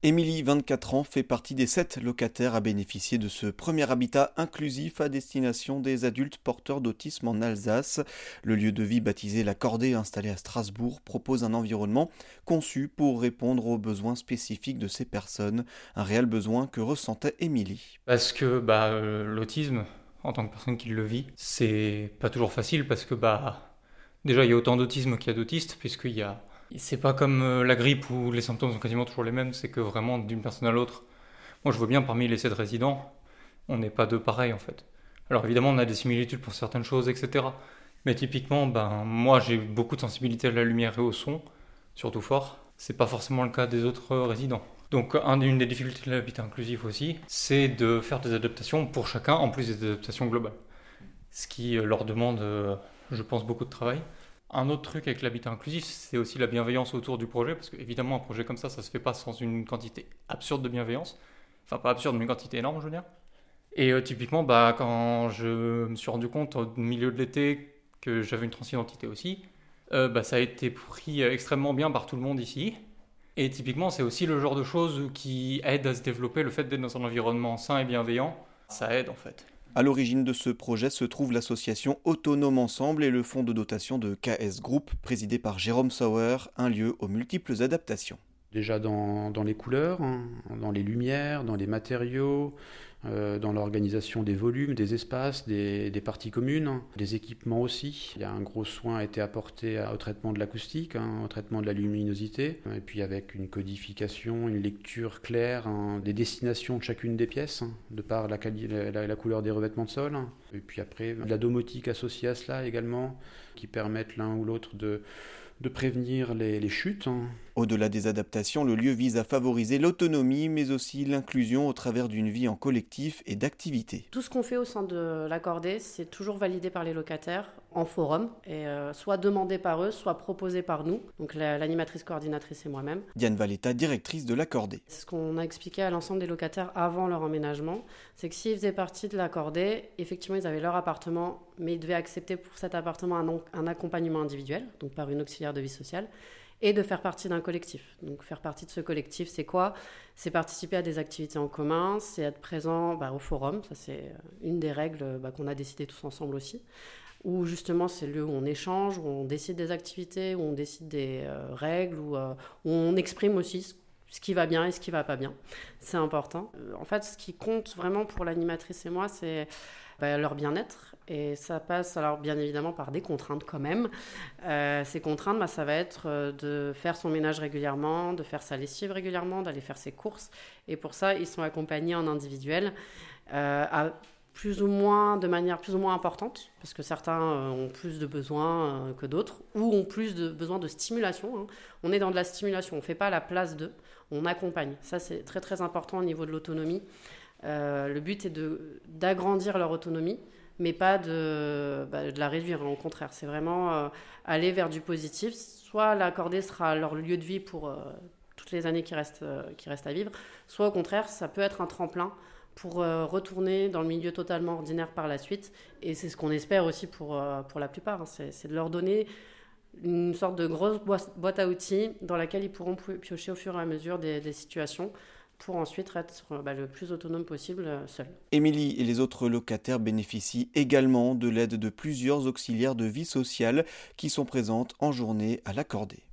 Émilie, 24 ans, fait partie des 7 locataires à bénéficier de ce premier habitat inclusif à destination des adultes porteurs d'autisme en Alsace. Le lieu de vie baptisé La Cordée, installé à Strasbourg, propose un environnement conçu pour répondre aux besoins spécifiques de ces personnes, un réel besoin que ressentait Émilie. Parce que l'autisme, en tant que personne qui le vit, c'est pas toujours facile parce que déjà il y a autant d'autisme qu'il y a d'autistes, c'est pas comme la grippe où les symptômes sont quasiment toujours les mêmes, c'est que vraiment d'une personne à l'autre. Moi je vois bien parmi les 7 résidents, on n'est pas deux pareils en fait. Alors évidemment on a des similitudes pour certaines choses, etc. Mais typiquement, moi j'ai beaucoup de sensibilité à la lumière et au son, surtout fort. C'est pas forcément le cas des autres résidents. Donc une des difficultés de l'habitat inclusif aussi, c'est de faire des adaptations pour chacun, en plus des adaptations globales. Ce qui leur demande, je pense, beaucoup de travail. Un autre truc avec l'habitat inclusif, c'est aussi la bienveillance autour du projet, parce qu'évidemment, un projet comme ça se fait pas sans une quantité absurde de bienveillance. Enfin, pas absurde, mais une quantité énorme, je veux dire. Et typiquement, quand je me suis rendu compte au milieu de l'été que j'avais une transidentité aussi, ça a été pris extrêmement bien par tout le monde ici. Et typiquement, c'est aussi le genre de choses qui aide à se développer, le fait d'être dans un environnement sain et bienveillant, ça aide en fait. À l'origine de ce projet se trouve l'association Autonome Ensemble et le fonds de dotation de KS Group, présidé par Jérôme Sauer, un lieu aux multiples adaptations. Déjà dans les couleurs, hein, dans les lumières, dans les matériaux, dans l'organisation des volumes, des espaces, des parties communes, hein, des équipements aussi. Il y a un gros soin a été apporté au traitement de l'acoustique, hein, au traitement de la luminosité, et puis avec une codification, une lecture claire hein, des destinations de chacune des pièces, hein, de par la couleur des revêtements de sol. Hein. Et puis après, de la domotique associée à cela également, qui permettent l'un ou l'autre de prévenir les chutes. Hein. Au-delà des adaptations, le lieu vise à favoriser l'autonomie, mais aussi l'inclusion au travers d'une vie en collectif et d'activités. Tout ce qu'on fait au sein de l'Accordé, c'est toujours validé par les locataires en forum, et soit demandé par eux, soit proposé par nous, donc l'animatrice coordinatrice et moi-même. Diane Valletta, directrice de l'Accordé. Ce qu'on a expliqué à l'ensemble des locataires avant leur emménagement, c'est que s'ils faisaient partie de l'Accordé, effectivement ils avaient leur appartement, mais ils devaient accepter pour cet appartement un accompagnement individuel, donc par une auxiliaire de vie sociale, et de faire partie d'un collectif. Donc faire partie de ce collectif, c'est quoi ? C'est participer à des activités en commun, c'est être présent au forum, ça c'est une des règles qu'on a décidé tous ensemble aussi, où justement c'est le lieu où on échange, où on décide des activités, où on décide des règles, où on exprime aussi ce qui va bien et ce qui va pas bien. C'est important. En fait, ce qui compte vraiment pour l'animatrice et moi, c'est leur bien-être. Et ça passe alors bien évidemment par des contraintes quand même. Ces contraintes, ça va être de faire son ménage régulièrement, de faire sa lessive régulièrement, d'aller faire ses courses. Et pour ça, ils sont accompagnés en individuel de manière plus ou moins importante, parce que certains ont plus de besoins que d'autres, ou ont plus de besoins de stimulation. Hein. On est dans de la stimulation, on ne fait pas la place d'eux, on accompagne. Ça, c'est très très important au niveau de l'autonomie. Le but est d'agrandir leur autonomie, mais pas de la réduire. Au contraire, c'est vraiment aller vers du positif. Soit l'Accordé sera leur lieu de vie pour toutes les années qui restent à vivre, soit au contraire, ça peut être un tremplin pour retourner dans le milieu totalement ordinaire par la suite. Et c'est ce qu'on espère aussi pour la plupart. Hein. C'est de leur donner une sorte de grosse boîte à outils dans laquelle ils pourront piocher au fur et à mesure des situations pour ensuite être le plus autonome possible seul. Émilie et les autres locataires bénéficient également de l'aide de plusieurs auxiliaires de vie sociale qui sont présentes en journée à l'Accordé.